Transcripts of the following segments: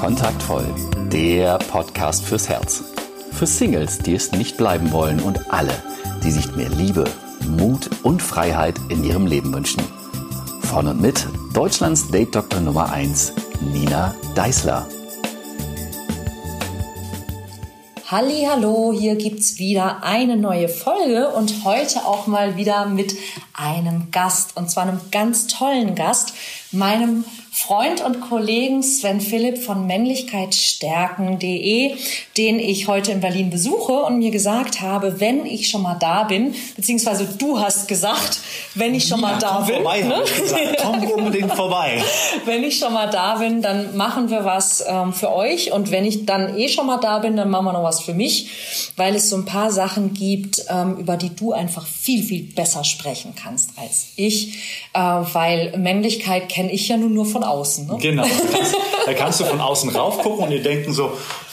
Kontaktvoll, der Podcast fürs Herz. Für Singles, die es nicht bleiben wollen und alle, die sich mehr Liebe, Mut und Freiheit in ihrem Leben wünschen. Von und mit Deutschlands Date-Doktor Nummer 1, Nina Deißler. Hallihallo, hier gibt's wieder eine neue Folge und heute auch mal wieder mit einem Gast, und zwar einem ganz tollen Gast, meinem Freund und Kollegen Sven Philipp von männlichkeitsstärken.de, den ich heute in Berlin besuche und mir gesagt habe, wenn ich schon mal da bin, beziehungsweise du hast gesagt, wenn ich schon mal da bin. Vorbei, ne? Komm unbedingt vorbei. Wenn ich schon mal da bin, dann machen wir was für euch, und wenn ich dann schon mal da bin, dann machen wir noch was für mich, weil es so ein paar Sachen gibt, über die du einfach viel, viel besser sprechen kannst als ich, weil Männlichkeit kenne ich ja nur von außen. Ne? Genau, da kannst du von außen rauf gucken und dir denken so,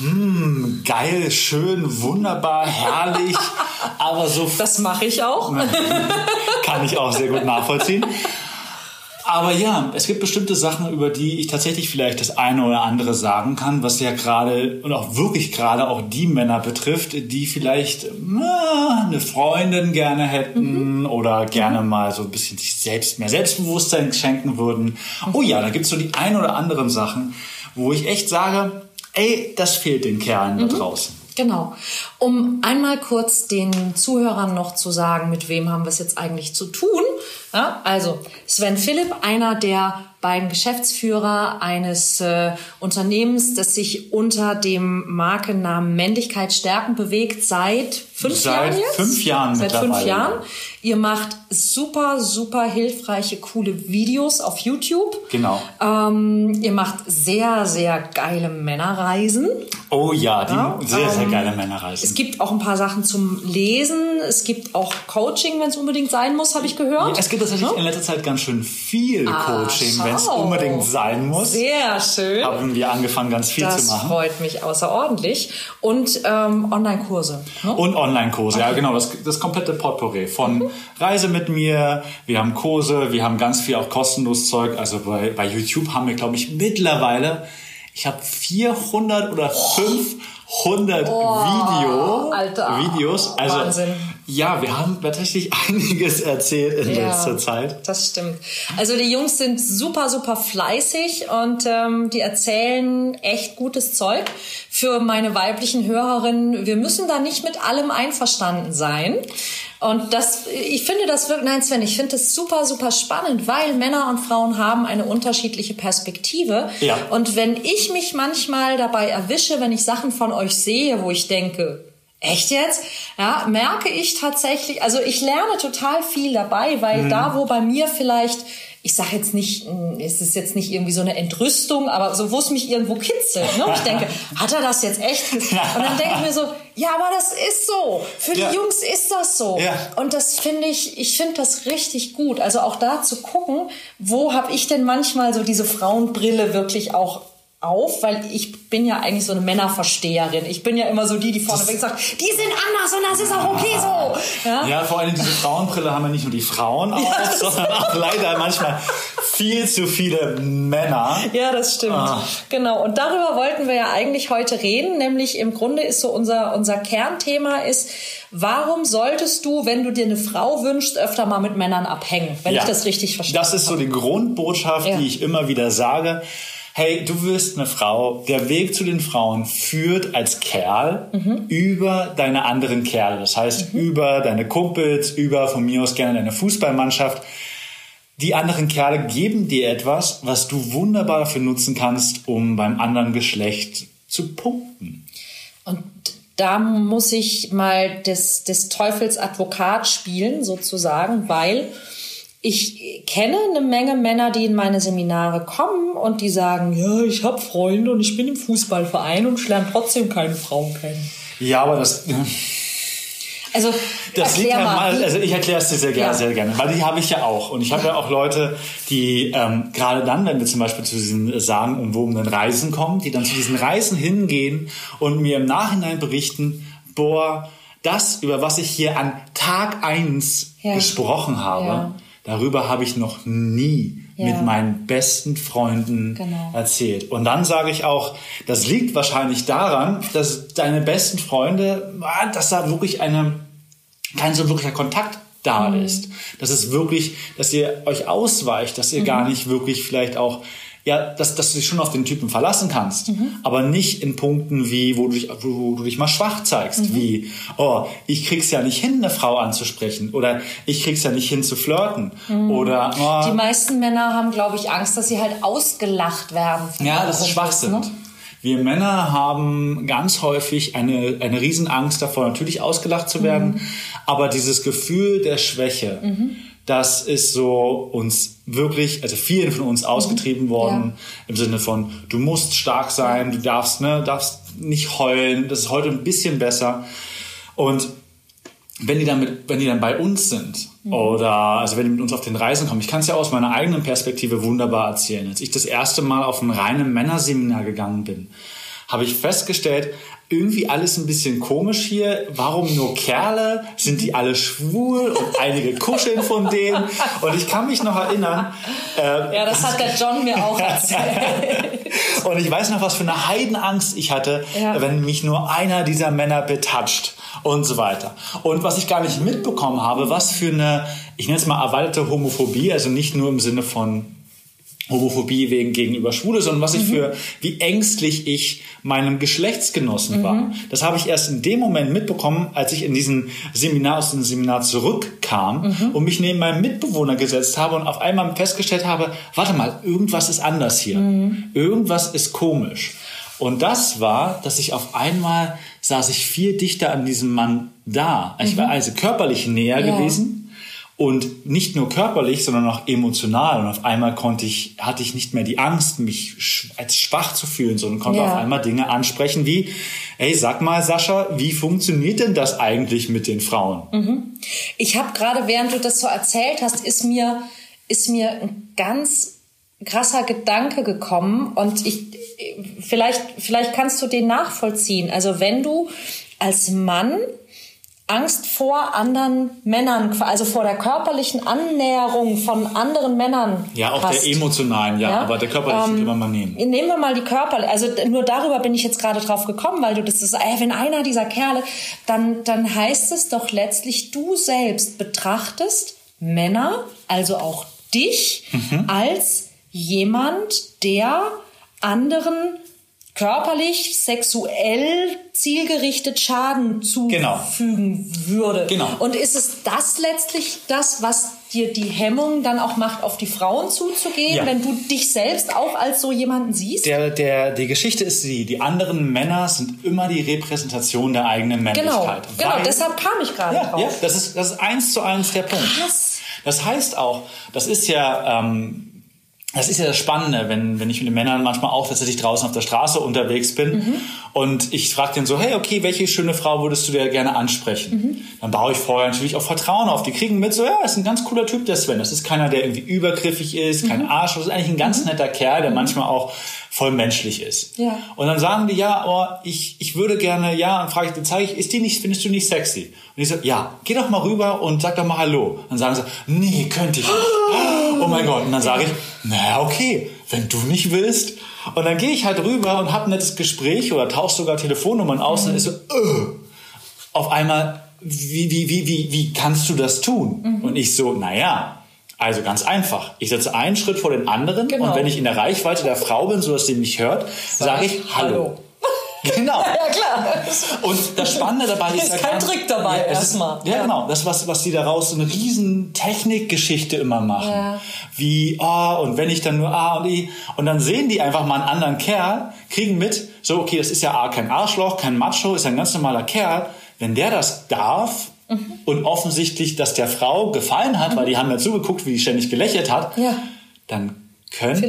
geil, schön, wunderbar, herrlich, aber so... Das mache ich auch. Kann ich auch sehr gut nachvollziehen. Aber ja, es gibt bestimmte Sachen, über die ich tatsächlich vielleicht das eine oder andere sagen kann, was ja gerade und auch wirklich gerade auch die Männer betrifft, die vielleicht eine Freundin gerne hätten oder gerne mal so ein bisschen sich selbst mehr Selbstbewusstsein schenken würden. Oh ja, da gibt's so die ein oder anderen Sachen, wo ich echt sage, ey, das fehlt den Kerlen da draußen. Genau. Um einmal kurz den Zuhörern noch zu sagen, mit wem haben wir es jetzt eigentlich zu tun. Ja, also Sven Philipp, einer der beiden Geschäftsführer eines Unternehmens, das sich unter dem Markennamen Männlichkeit stärken bewegt, seit 5 Jahren jetzt? 5 Jahren Seit mittlerweile. 5 Jahren. Ihr macht super, super hilfreiche, coole Videos auf YouTube. Genau. Ihr macht sehr, sehr geile Männerreisen. Oh ja, die sehr, sehr geile Männerreisen. Es gibt auch ein paar Sachen zum Lesen. Es gibt auch Coaching, wenn es unbedingt sein muss, habe ich gehört. Ja, es gibt tatsächlich in letzter Zeit ganz schön viel Coaching, wenn es unbedingt sein muss. Sehr schön. Haben wir angefangen, ganz viel zu machen. Das freut mich außerordentlich. Und Online-Kurse. Ne? Und Online-Kurse, ja genau, das komplette Potpourri von Reise mit mir, wir haben Kurse, wir haben ganz viel auch kostenlos Zeug. Also bei YouTube haben wir, glaube ich, mittlerweile, ich habe 400 oder 500 Videos. Also, Wahnsinn. Ja, wir haben tatsächlich einiges erzählt in letzter Zeit. Das stimmt. Also die Jungs sind super, super fleißig und die erzählen echt gutes Zeug. Für meine weiblichen Hörerinnen, wir müssen da nicht mit allem einverstanden sein. Und ich finde das super, super spannend, weil Männer und Frauen haben eine unterschiedliche Perspektive. Ja. Und wenn ich mich manchmal dabei erwische, wenn ich Sachen von euch sehe, wo ich denke, echt jetzt? Ja, merke ich tatsächlich, also ich lerne total viel dabei, weil da, wo bei mir vielleicht, ich sage jetzt nicht, es ist jetzt nicht irgendwie so eine Entrüstung, aber so, wo es mich irgendwo kitzelt, ne? Und ich denke, hat er das jetzt echt? Und dann denke ich mir so, ja, aber das ist so. Für die Jungs ist das so. Ja. Und das finde ich finde das richtig gut. Also auch da zu gucken, wo habe ich denn manchmal so diese Frauenbrille wirklich auch auf, weil ich bin ja eigentlich so eine Männerversteherin. Ich bin ja immer so die vorneweg sagt, die sind anders und das ist auch okay so. Ja, vor allem diese Frauenbrille haben ja nicht nur die Frauen auf, sondern auch leider manchmal viel zu viele Männer. Ja, das stimmt. Genau. Und darüber wollten wir ja eigentlich heute reden, nämlich im Grunde ist so unser Kernthema ist, warum solltest du, wenn du dir eine Frau wünschst, öfter mal mit Männern abhängen, wenn ich das richtig verstehe? Das ist so die Grundbotschaft, die ich immer wieder sage. Hey, du wirst eine Frau, der Weg zu den Frauen führt als Kerl über deine anderen Kerle. Das heißt, über deine Kumpels, über von mir aus gerne deine Fußballmannschaft. Die anderen Kerle geben dir etwas, was du wunderbar dafür nutzen kannst, um beim anderen Geschlecht zu punkten. Und da muss ich mal des Teufels Advokat spielen, sozusagen, weil ich kenne eine Menge Männer, die in meine Seminare kommen und die sagen, ja, ich habe Freunde und ich bin im Fußballverein und ich lerne trotzdem keine Frauen kennen. Ja, aber das liegt ja mal. Also ich erkläre es dir sehr gerne, weil die habe ich ja auch. Und ich habe ja auch Leute, die gerade dann, wenn wir zum Beispiel zu diesen sagenumwobenen Reisen kommen, die dann zu diesen Reisen hingehen und mir im Nachhinein berichten, boah, das, über was ich hier an Tag 1 gesprochen habe, darüber habe ich noch nie mit meinen besten Freunden erzählt. Und dann sage ich auch, das liegt wahrscheinlich daran, dass deine besten Freunde, dass da wirklich kein so wirklicher Kontakt da ist. Das ist wirklich, dass ihr euch ausweicht, dass ihr gar nicht wirklich vielleicht auch, dass du dich schon auf den Typen verlassen kannst, aber nicht in Punkten wie, wo du dich mal schwach zeigst, wie, ich krieg's ja nicht hin, eine Frau anzusprechen, oder ich krieg's ja nicht hin zu flirten, oder... Die meisten Männer haben, glaube ich, Angst, dass sie halt ausgelacht werden. Ja, dass sie schwach sind. Ne? Wir Männer haben ganz häufig eine Riesenangst davor, natürlich ausgelacht zu werden, aber dieses Gefühl der Schwäche, das ist so uns wirklich, also vielen von uns ausgetrieben worden, im Sinne von, du musst stark sein, du darfst nicht heulen, das ist heute ein bisschen besser. Und wenn die dann bei uns sind, oder also wenn die mit uns auf den Reisen kommen, ich kann es ja aus meiner eigenen Perspektive wunderbar erzählen. Als ich das erste Mal auf ein reines Männerseminar gegangen bin, habe ich festgestellt, irgendwie alles ein bisschen komisch hier. Warum nur Kerle? Sind die alle schwul? Und einige kuscheln von denen. Und ich kann mich noch erinnern... das hat der John mir auch erzählt. Und ich weiß noch, was für eine Heidenangst ich hatte, wenn mich nur einer dieser Männer betatscht und so weiter. Und was ich gar nicht mitbekommen habe, was für eine, ich nenne es mal erweiterte Homophobie, also nicht nur im Sinne von Homophobie gegenüber Schwule, sondern wie ängstlich ich meinem Geschlechtsgenossen war. Das habe ich erst in dem Moment mitbekommen, als ich aus dem Seminar zurückkam und mich neben meinem Mitbewohner gesetzt habe und auf einmal festgestellt habe, warte mal, irgendwas ist anders hier. Irgendwas ist komisch. Und das war, dass ich auf einmal saß ich viel dichter an diesem Mann da. Ich war also körperlich näher gewesen. Und nicht nur körperlich, sondern auch emotional. Und auf einmal hatte ich nicht mehr die Angst, mich als schwach zu fühlen, sondern konnte auf einmal Dinge ansprechen wie, hey, sag mal, Sascha, wie funktioniert denn das eigentlich mit den Frauen? Ich habe gerade, während du das so erzählt hast, ist mir ein ganz krasser Gedanke gekommen. Und vielleicht kannst du den nachvollziehen. Also wenn du als Mann Angst vor anderen Männern, also vor der körperlichen Annäherung von anderen Männern. Ja, auch der emotionalen, aber der körperlichen können wir mal nehmen. Nehmen wir mal die körperliche, also nur darüber bin ich jetzt gerade drauf gekommen, weil du wenn einer dieser Kerle, dann heißt es doch letztlich, du selbst betrachtest Männer, also auch dich, als jemand, der anderen körperlich, sexuell, zielgerichtet Schaden zufügen würde. Genau. Und ist es das letztlich das, was dir die Hemmung dann auch macht, auf die Frauen zuzugehen, wenn du dich selbst auch als so jemanden siehst? Die Geschichte ist die anderen Männer sind immer die Repräsentation der eigenen Männlichkeit. Genau, deshalb kam ich gerade drauf. Ja, das ist 1:1 der Punkt. Krass. Das heißt auch, das ist ja das Spannende, wenn ich mit den Männern manchmal auch tatsächlich draußen auf der Straße unterwegs bin und ich frage den so, hey, okay, welche schöne Frau würdest du dir gerne ansprechen? Dann baue ich vorher natürlich auch Vertrauen auf. Die kriegen mit so, ist ein ganz cooler Typ, der Sven. Das ist keiner, der irgendwie übergriffig ist, kein Arsch. Das ist eigentlich ein ganz netter Kerl, der manchmal auch voll menschlich ist. Ja. Und dann sagen die, ich würde gerne, und frage ich, findest du nicht sexy? Und ich so, geh doch mal rüber und sag doch mal Hallo. Dann sagen sie, nee, könnte ich nicht. Oh mein Gott. Und dann sage ich, naja, okay, wenn du nicht willst. Und dann gehe ich halt rüber und habe ein nettes Gespräch oder tausche sogar Telefonnummern aus und ist so, auf einmal, wie kannst du das tun? Und ich so, also ganz einfach. Ich setze einen Schritt vor den anderen und wenn ich in der Reichweite der Frau bin, sodass sie mich hört, sage ich Hallo. Genau. Ja, klar. Und das Spannende dabei ist kein Trick dabei erstmal. Ja, genau. Das, was die daraus so eine riesen Technikgeschichte immer machen. Ja. Wie, und wenn ich dann nur und I. Und dann sehen die einfach mal einen anderen Kerl, kriegen mit, so, okay, das ist ja kein Arschloch, kein Macho, ist ein ganz normaler Kerl. Wenn der das darf und offensichtlich das der Frau gefallen hat, weil die haben ja zugeguckt, wie die ständig gelächelt hat, dann könnte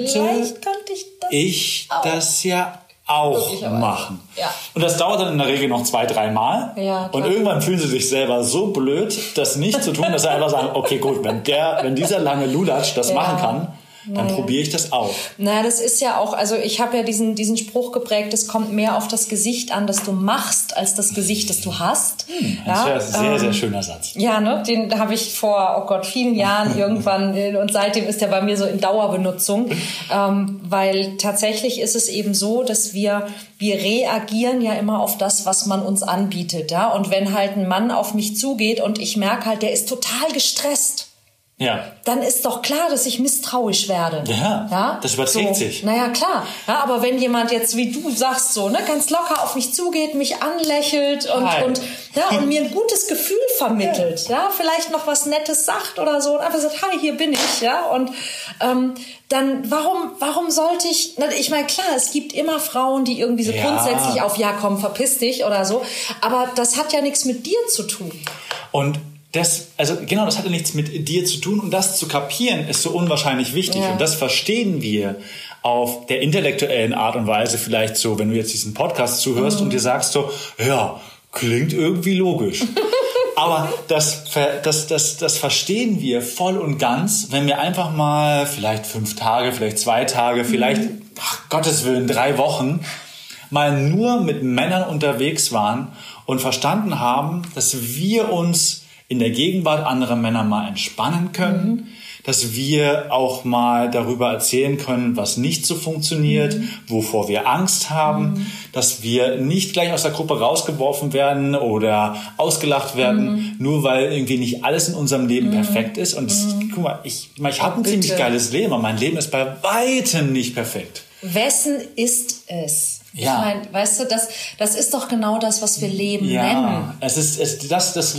ich das ja auch machen. Ja. Und das dauert dann in der Regel noch 2-3 Mal. Ja, und irgendwann fühlen sie sich selber so blöd, das nicht zu tun, dass sie einfach sagen, okay, gut, wenn dieser lange Lulatsch das machen kann, dann probiere ich das auch. Na, das ist ja auch, also ich habe ja diesen Spruch geprägt, es kommt mehr auf das Gesicht an, das du machst, als das Gesicht, das du hast. Das ist ein sehr, sehr schöner Satz. Ja, ne, den habe ich vor, vielen Jahren irgendwann und seitdem ist der bei mir so in Dauerbenutzung, weil tatsächlich ist es eben so, dass wir reagieren ja immer auf das, was man uns anbietet, ja, und wenn halt ein Mann auf mich zugeht und ich merke halt, der ist total gestresst, ja, dann ist doch klar, dass ich misstrauisch werde. Ja, das überträgt sich. Naja, klar. Ja, aber wenn jemand jetzt, wie du sagst, so, ne, ganz locker auf mich zugeht, mich anlächelt und mir ein gutes Gefühl vermittelt, ja, vielleicht noch was Nettes sagt oder so und einfach sagt, hi, hier bin ich, ja, und dann, warum sollte ich meine, klar, es gibt immer Frauen, die irgendwie so grundsätzlich auf, ja, komm, verpiss dich oder so, aber das hat ja nichts mit dir zu tun. Und das hat ja nichts mit dir zu tun und das zu kapieren ist so unwahrscheinlich wichtig und das verstehen wir auf der intellektuellen Art und Weise vielleicht so, wenn du jetzt diesen Podcast zuhörst und dir sagst so, ja, klingt irgendwie logisch. Aber das verstehen wir voll und ganz, wenn wir einfach mal vielleicht 5 Tage, vielleicht 2 Tage, vielleicht, Gottes Willen, 3 Wochen mal nur mit Männern unterwegs waren und verstanden haben, dass wir uns in der Gegenwart anderer Männer mal entspannen können, dass wir auch mal darüber erzählen können, was nicht so funktioniert, wovor wir Angst haben, dass wir nicht gleich aus der Gruppe rausgeworfen werden oder ausgelacht werden, nur weil irgendwie nicht alles in unserem Leben perfekt ist. Und guck mal, ich habe ein ziemlich geiles Leben, aber mein Leben ist bei weitem nicht perfekt. Wessen ist es? Ja. Ich meine, weißt du, das ist doch genau das, was wir Leben nennen. Das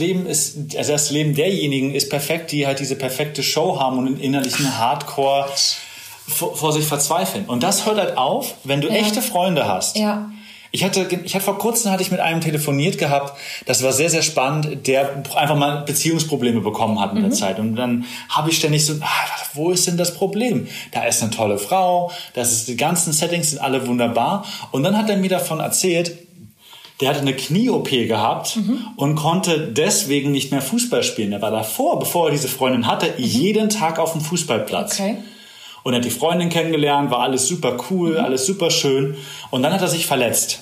Leben derjenigen ist perfekt, die halt diese perfekte Show haben und in innerlichen Hardcore vor sich verzweifeln. Und das hört halt auf, wenn du echte Freunde hast. Ja. Vor kurzem hatte ich mit einem telefoniert gehabt, das war sehr, sehr spannend, der einfach mal Beziehungsprobleme bekommen hat mit der Zeit. Und dann habe ich ständig so, wo ist denn das Problem? Da ist eine tolle Frau, die ganzen Settings sind alle wunderbar. Und dann hat er mir davon erzählt, der hatte eine Knie-OP gehabt und konnte deswegen nicht mehr Fußball spielen. Er war davor, bevor er diese Freundin hatte, jeden Tag auf dem Fußballplatz. Okay. Und er hat die Freundin kennengelernt, war alles super cool, alles super schön. Und dann hat er sich verletzt.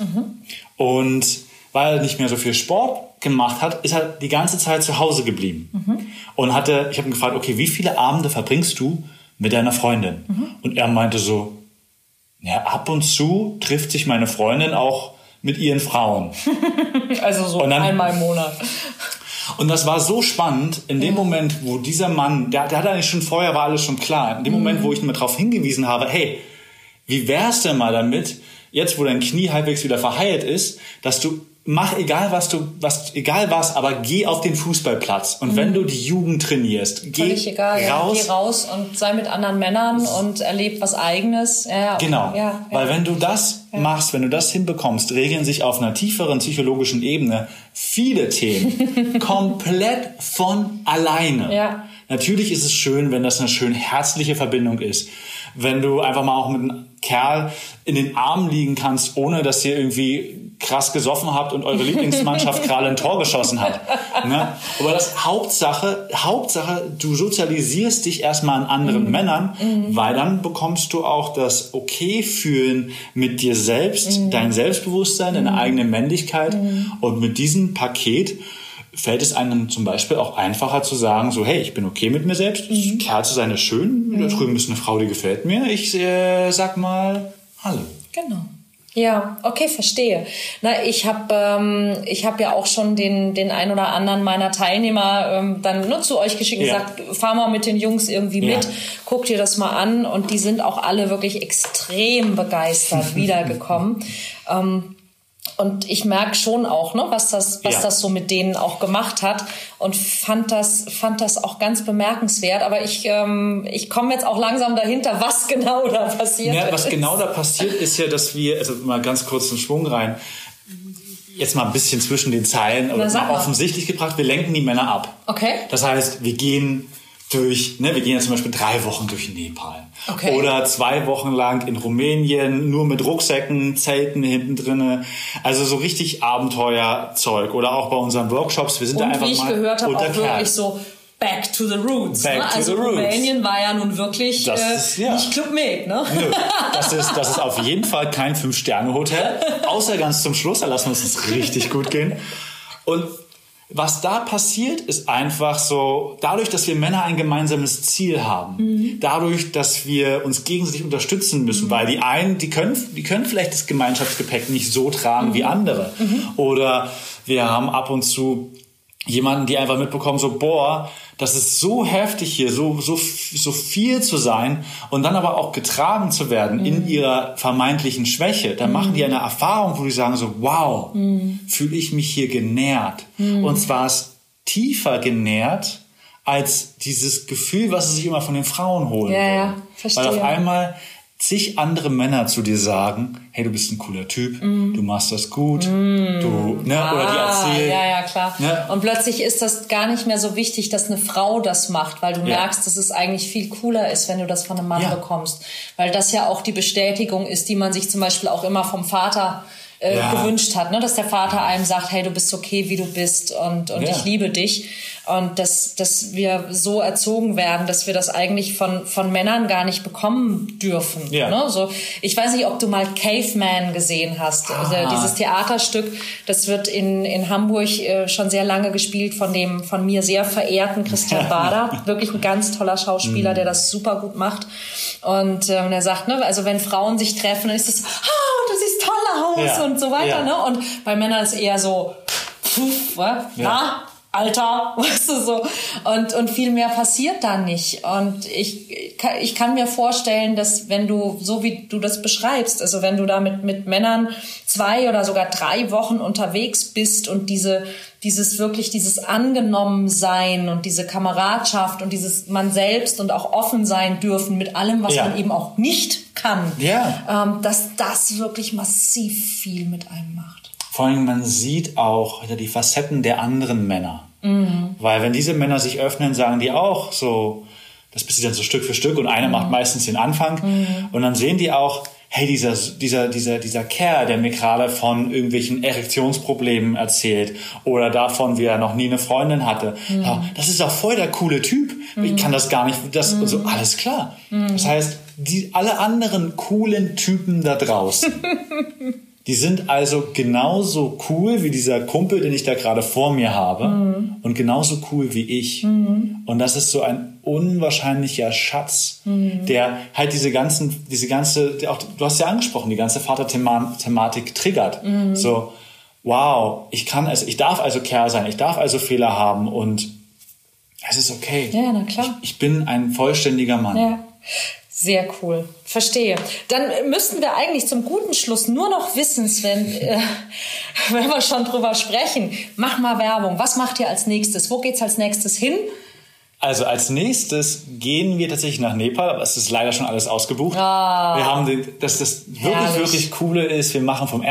Und weil er nicht mehr so viel Sport gemacht hat, ist er die ganze Zeit zu Hause geblieben. Und ich habe ihn gefragt, okay, wie viele Abende verbringst du mit deiner Freundin? Und er meinte so, ja, ab und zu trifft sich meine Freundin auch mit ihren Frauen. Also so einmal im Monat. Und das war so spannend, in dem Moment, wo dieser Mann, der hat eigentlich schon vorher, war alles schon klar, in dem Moment, wo ich ihn mal darauf hingewiesen habe, hey, wie wär's denn mal damit, jetzt wo dein Knie halbwegs wieder verheilt ist, dass du, mach egal was, aber geh auf den Fußballplatz. Und wenn du die Jugend trainierst, geh raus und sei mit anderen Männern und erleb was Eigenes. Ja, okay. Genau, weil wenn du das machst, wenn du das hinbekommst, regeln sich auf einer tieferen psychologischen Ebene viele Themen komplett von alleine. Ja. Natürlich ist es schön, wenn das eine schön herzliche Verbindung ist. Wenn du einfach mal auch mit einem Kerl in den Armen liegen kannst, ohne dass ihr irgendwie krass gesoffen habt und eure Lieblingsmannschaft gerade ein Tor geschossen hat. Ne? Aber das Hauptsache, du sozialisierst dich erstmal an anderen Männern, weil dann bekommst du auch das Okay-Fühlen mit dir selbst, dein Selbstbewusstsein, deine eigene Männlichkeit. Und mit diesem Paket fällt es einem zum Beispiel auch einfacher zu sagen, so, hey, ich bin okay mit mir selbst, Kerl zu sein ist schön, da drüben ist eine Frau, die gefällt mir, ich sag mal Hallo. Genau. Ja, okay, verstehe. Na, ich habe ja auch schon den ein oder anderen meiner Teilnehmer dann nur zu euch geschickt und gesagt, fahr mal mit den Jungs irgendwie mit, guck dir das mal an, und die sind auch alle wirklich extrem begeistert wiedergekommen. Und ich merke schon auch, ne, was das so mit denen auch gemacht hat, und fand das auch ganz bemerkenswert. Aber ich komme jetzt auch langsam dahinter, was genau da passiert ist. Was genau da passiert ist ja, dass wir, also mal ganz kurz einen Schwung rein, jetzt mal ein bisschen zwischen den Zeilen, aber mal offensichtlich gebracht, wir lenken die Männer ab. Okay. Das heißt, wir gehen ja zum Beispiel 3 Wochen durch Nepal. Okay. Oder 2 Wochen lang in Rumänien, nur mit Rucksäcken, Zelten hinten drinne. Also so richtig Abenteuerzeug. Oder auch bei unseren Workshops, wir sind da einfach mal wie ich gehört habe, auch wirklich so back to the roots. Back ne? to Also the roots. Rumänien war ja nun wirklich nicht Club Med. Ne? Nö, das ist auf jeden Fall kein 5-Sterne-Hotel, außer ganz zum Schluss, da lassen wir uns das richtig gut gehen. Und was da passiert, ist einfach so, dadurch, dass wir Männer ein gemeinsames Ziel haben, dadurch, dass wir uns gegenseitig unterstützen müssen, weil die einen, die können vielleicht das Gemeinschaftsgepäck nicht so tragen wie andere. Oder wir haben ab und zu jemanden, die einfach mitbekommen, so, boah, das ist so heftig hier, so viel zu sein und dann aber auch getragen zu werden in ihrer vermeintlichen Schwäche. Dann machen die eine Erfahrung, wo die sagen so, wow, fühle ich mich hier genährt. Und zwar ist tiefer genährt als dieses Gefühl, was sie sich immer von den Frauen holen wollen. Ja, verstehe. Weil auf einmal zig andere Männer zu dir sagen, hey, du bist ein cooler Typ, du machst das gut, oder die erzählen. Ja, klar. Ne? Und plötzlich ist das gar nicht mehr so wichtig, dass eine Frau das macht, weil du merkst, dass es eigentlich viel cooler ist, wenn du das von einem Mann bekommst. Weil das ja auch die Bestätigung ist, die man sich zum Beispiel auch immer vom Vater gewünscht hat, ne? Dass der Vater einem sagt, hey, du bist okay, wie du bist und ich liebe dich. Und dass wir so erzogen werden, dass wir das eigentlich von Männern gar nicht bekommen dürfen. Ja. Ne? So, ich weiß nicht, ob du mal Caveman gesehen hast. Also dieses Theaterstück, das wird in Hamburg schon sehr lange gespielt von dem von mir sehr verehrten Christian Bader. Wirklich ein ganz toller Schauspieler, der das super gut macht. Und er sagt, ne, also wenn Frauen sich treffen, dann ist es, du siehst toll aus und so weiter. Ne? Und bei Männern ist eher so, na, Alter, weißt du, so. Und viel mehr passiert da nicht. Und ich kann mir vorstellen, dass wenn du, so wie du das beschreibst, also wenn du da mit Männern 2 oder sogar 3 Wochen unterwegs bist und dieses Angenommensein und diese Kameradschaft und dieses man selbst und auch offen sein dürfen mit allem, was man eben auch nicht kann, dass das wirklich massiv viel mit einem macht. Vor allem, man sieht auch die Facetten der anderen Männer. Weil wenn diese Männer sich öffnen, sagen die auch so, das passiert dann so Stück für Stück und einer macht meistens den Anfang. Und dann sehen die auch, hey, dieser Kerl, der mir gerade von irgendwelchen Erektionsproblemen erzählt oder davon, wie er noch nie eine Freundin hatte. Ja, das ist doch voll der coole Typ. Ich kann das gar nicht, so, alles klar. Das heißt, alle anderen coolen Typen da draußen, die sind also genauso cool wie dieser Kumpel, den ich da gerade vor mir habe und genauso cool wie ich. Und das ist so ein unwahrscheinlicher Schatz, der halt diese ganze, auch, du hast ja angesprochen, die ganze Vaterthematik triggert. So, wow, ich darf also Kerl sein, ich darf also Fehler haben und es ist okay. Ja, na klar. Ich bin ein vollständiger Mann. Ja. Sehr cool. Verstehe. Dann müssten wir eigentlich zum guten Schluss nur noch wissen, Sven, wenn wir schon drüber sprechen, mach mal Werbung. Was macht ihr als nächstes? Wo geht's als nächstes hin? Also als nächstes gehen wir tatsächlich nach Nepal, aber es ist leider schon alles ausgebucht. Wir haben das wirklich Coole ist, wir machen vom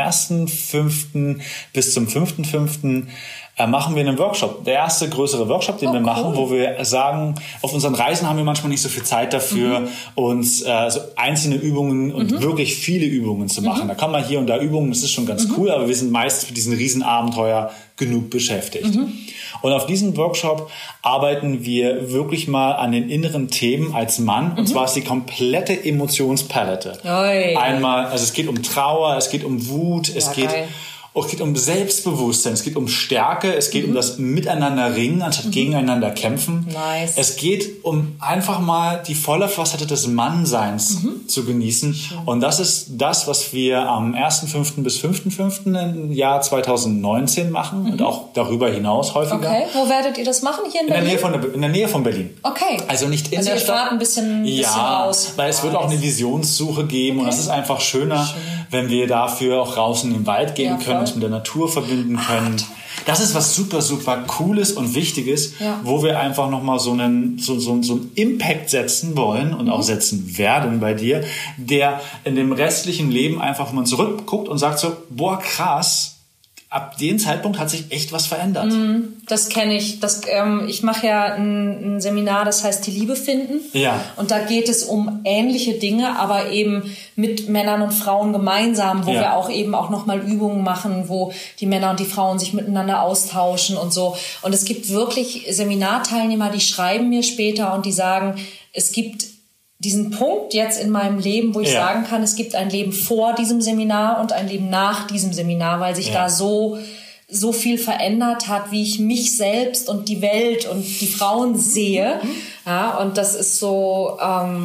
1.5. bis zum 5.5. machen wir einen Workshop. Der erste größere Workshop, den wir machen, wo wir sagen, auf unseren Reisen haben wir manchmal nicht so viel Zeit dafür, uns so einzelne Übungen und wirklich viele Übungen zu machen. Da kommen mal hier und da Übungen, das ist schon ganz cool, aber wir sind meistens für diesen Riesenabenteuer genug beschäftigt. Und auf diesem Workshop arbeiten wir wirklich mal an den inneren Themen als Mann. Und zwar ist die komplette Emotionspalette. Einmal, also es geht um Trauer, es geht um Wut, es geht um Selbstbewusstsein, es geht um Stärke, es geht um das Miteinander ringen, anstatt gegeneinander kämpfen. Nice. Es geht um einfach mal die volle Facette des Mannseins zu genießen. Und das ist das, was wir am 1.5. bis 5.5. im Jahr 2019 machen und auch darüber hinaus häufiger. Okay, wo werdet ihr das machen? Hier in Berlin? In der Nähe von Berlin. Okay. Also nicht in der ihr Stadt. fahrt ein bisschen raus. Weil es wird auch eine Visionssuche geben und das ist einfach schöner, wenn wir dafür auch draußen im Wald gehen können, uns mit der Natur verbinden können. Das ist was super, super Cooles und Wichtiges, wo wir einfach nochmal so einen Impact setzen wollen und auch setzen werden bei dir, der in dem restlichen Leben einfach, wenn man zurückguckt und sagt so, boah, krass, ab dem Zeitpunkt hat sich echt was verändert. Das kenne ich. Ich mache ja ein Seminar, das heißt die Liebe finden. Ja. Und da geht es um ähnliche Dinge, aber eben mit Männern und Frauen gemeinsam, wo wir auch eben auch nochmal Übungen machen, wo die Männer und die Frauen sich miteinander austauschen und so. Und es gibt wirklich Seminarteilnehmer, die schreiben mir später und die sagen, es gibt diesen Punkt jetzt in meinem Leben, wo ich sagen kann, es gibt ein Leben vor diesem Seminar und ein Leben nach diesem Seminar, weil sich da so viel verändert hat, wie ich mich selbst und die Welt und die Frauen sehe. Ja, und das ist so,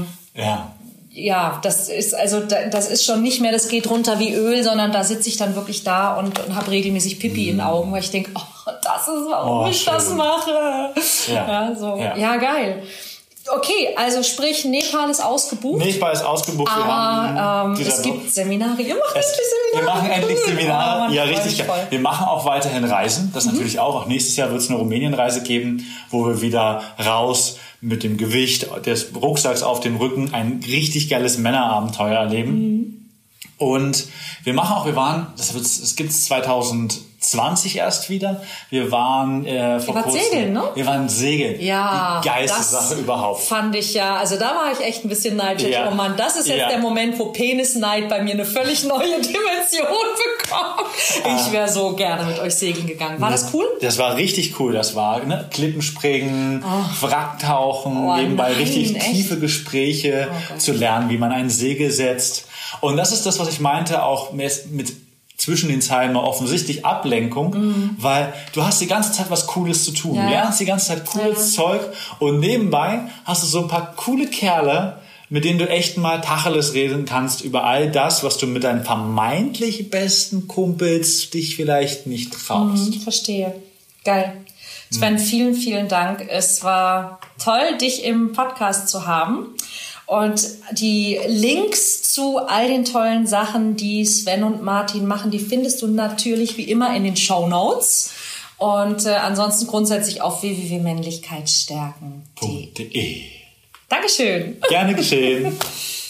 das ist schon nicht mehr, das geht runter wie Öl, sondern da sitze ich dann wirklich da und habe regelmäßig Pipi in den Augen, weil ich denke, das ist, warum ich das mache. Ja, geil. Okay, also sprich, Nepal ist ausgebucht. Nepal ist ausgebucht. Aber es gibt Seminare. Ihr macht endlich Seminare. Wir machen endlich Seminare. Mann, ja, richtig geil. Wir machen auch weiterhin Reisen. Das natürlich auch. Auch nächstes Jahr wird es eine Rumänien-Reise geben, wo wir wieder raus mit dem Gewicht des Rucksacks auf dem Rücken ein richtig geiles Männerabenteuer erleben. Und es gibt es 2020 erst wieder. Wir waren vor kurzem. Segeln, ne? Wir waren segeln. Ja. Die geilste Sache überhaupt. Fand ich ja. Also da war ich echt ein bisschen neidisch. Oh Mann, das ist jetzt der Moment, wo Penisneid bei mir eine völlig neue Dimension bekommt. Ich wäre so gerne mit euch segeln gegangen. War das cool? Das war richtig cool. Das war Klippenspringen, Wracktauchen, nebenbei richtig tiefe Gespräche zu lernen, wie man ein Segel setzt. Und das ist das, was ich meinte, auch mit zwischen den Zeilen mal offensichtlich Ablenkung, weil du hast die ganze Zeit was Cooles zu tun. Du lernst die ganze Zeit cooles Zeug und nebenbei hast du so ein paar coole Kerle, mit denen du echt mal Tacheles reden kannst über all das, was du mit deinen vermeintlich besten Kumpels dich vielleicht nicht traust. Verstehe. Geil. Sven, vielen, vielen Dank. Es war toll, dich im Podcast zu haben. Und die Links zu all den tollen Sachen, die Sven und Martin machen, die findest du natürlich wie immer in den Shownotes. Und ansonsten grundsätzlich auf www.männlichkeitsstärken.de. Dankeschön. Gerne geschehen.